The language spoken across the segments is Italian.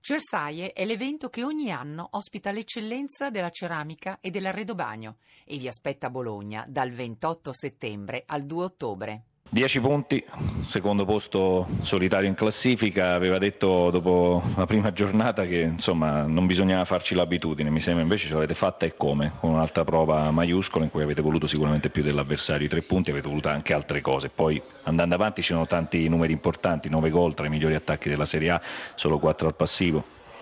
Cersaie è l'evento che ogni anno ospita l'eccellenza della ceramica e dell'arredobagno e vi aspetta a Bologna dal 28 settembre al 2 ottobre. 10 punti, secondo posto solitario in classifica. Aveva detto dopo la prima giornata che insomma non bisognava farci l'abitudine, mi sembra invece ce l'avete fatta, e come? Con un'altra prova maiuscola in cui avete voluto sicuramente più dell'avversario i 3 punti, avete voluto anche altre cose. Poi andando avanti ci sono tanti numeri importanti, 9 gol tra i migliori attacchi della Serie A, solo 4 al passivo.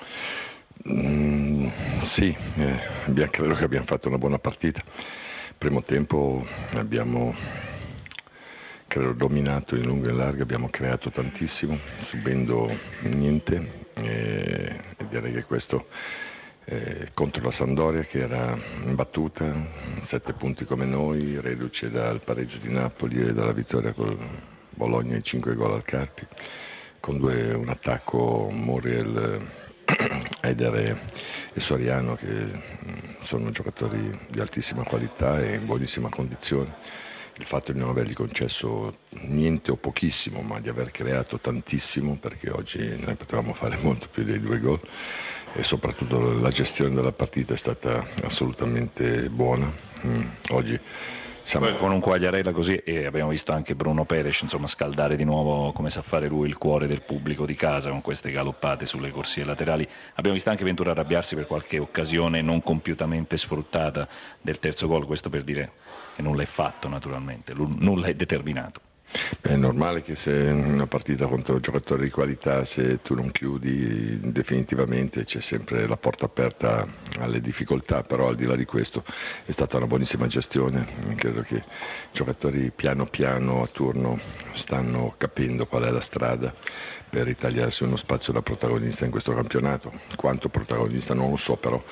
Sì, credo che abbiamo fatto una buona partita. Primo tempo abbiamo dominato in lungo e in largo, abbiamo creato tantissimo, subendo niente, e direi che questo contro la Sampdoria, che era imbattuta, 7 punti come noi, reduce dal pareggio di Napoli e dalla vittoria col Bologna, 5 gol al Carpi, con un attacco Muriel, Eder e Soriano, che sono giocatori di altissima qualità e in buonissima condizione. Il fatto di non avergli concesso niente o pochissimo, ma di aver creato tantissimo, perché oggi noi potevamo fare molto più dei 2 gol, e soprattutto la gestione della partita è stata assolutamente buona. Oggi con un Quagliarella così, e abbiamo visto anche Bruno Peres scaldare di nuovo, come sa fare lui, il cuore del pubblico di casa con queste galoppate sulle corsie laterali. Abbiamo visto anche Ventura arrabbiarsi per qualche occasione non compiutamente sfruttata del terzo gol, questo per dire che nulla è fatto, naturalmente, nulla è determinato. È normale che se una partita contro giocatori di qualità, se tu non chiudi definitivamente, c'è sempre la porta aperta alle difficoltà, però al di là di questo è stata una buonissima gestione. Credo che i giocatori piano piano a turno stanno capendo qual è la strada per ritagliarsi uno spazio da protagonista in questo campionato. Quanto protagonista non lo so, però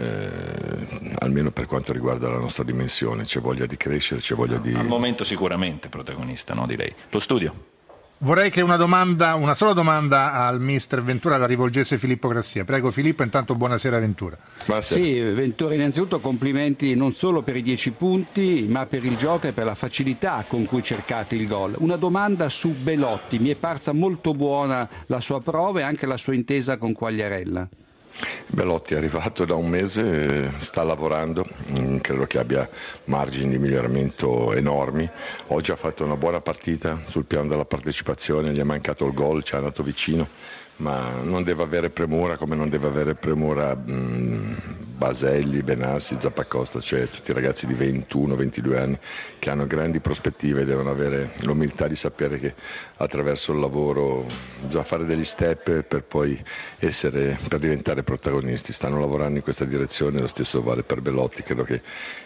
almeno per quanto riguarda la nostra dimensione c'è voglia di crescere, c'è voglia di... Al momento sicuramente protagonista, no, direi. Lo studio. Vorrei che una sola domanda al mister Ventura la rivolgesse Filippo Grassia. Prego Filippo, intanto buonasera Ventura. Buonasera. Sì, Ventura, innanzitutto complimenti non solo per i 10 punti, ma per il gioco e per la facilità con cui cercate il gol. Una domanda su Belotti: mi è parsa molto buona la sua prova e anche la sua intesa con Quagliarella. Belotti è arrivato da un mese, sta lavorando, credo che abbia margini di miglioramento enormi. Oggi ha fatto una buona partita sul piano della partecipazione, gli è mancato il gol, ci è andato vicino, ma non deve avere premura, come non deve avere premura Baselli, Benassi, Zappacosta, cioè tutti i ragazzi di 21-22 anni che hanno grandi prospettive e devono avere l'umiltà di sapere che attraverso il lavoro bisogna fare degli step per poi per diventare protagonisti. Stanno lavorando in questa direzione, lo stesso vale per Belotti. Credo che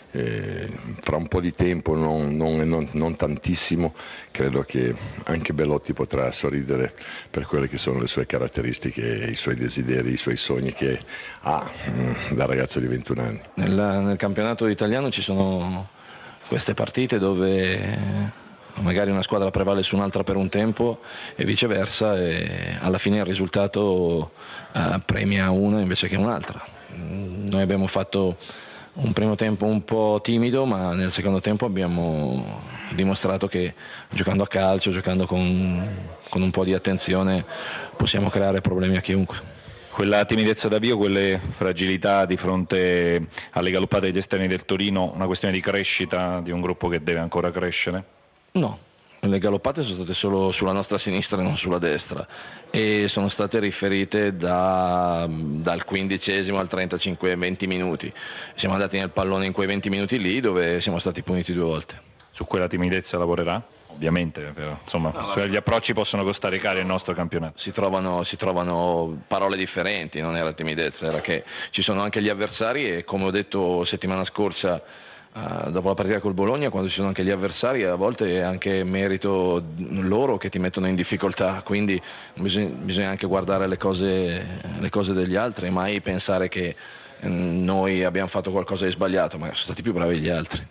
fra un po' di tempo, non tantissimo, credo che anche Belotti potrà sorridere per quelle che sono le sue caratteristiche, i suoi desideri, i suoi sogni che ha da ragazzo di 21 anni. Nel campionato italiano ci sono queste partite dove magari una squadra prevale su un'altra per un tempo e viceversa, e alla fine il risultato premia una invece che un'altra. Noi abbiamo fatto un primo tempo un po' timido, ma nel secondo tempo abbiamo dimostrato che giocando a calcio, giocando con un po' di attenzione, possiamo creare problemi a chiunque. Quella timidezza d'avvio, quelle fragilità di fronte alle galoppate degli esterni del Torino, una questione di crescita di un gruppo che deve ancora crescere? No, le galoppate sono state solo sulla nostra sinistra e non sulla destra, e sono state riferite dal 15° al 35-20 minuti. Siamo andati nel pallone in quei 20 minuti lì, dove siamo stati puniti 2 volte. Su quella timidezza lavorerà? Ovviamente, però, gli approcci possono costare cari al nostro campionato. Si trovano parole differenti, non era timidezza, era che ci sono anche gli avversari, e come ho detto settimana scorsa dopo la partita col Bologna, quando ci sono anche gli avversari, a volte è anche merito loro che ti mettono in difficoltà, quindi bisogna anche guardare le cose degli altri, mai pensare che noi abbiamo fatto qualcosa di sbagliato, ma sono stati più bravi gli altri.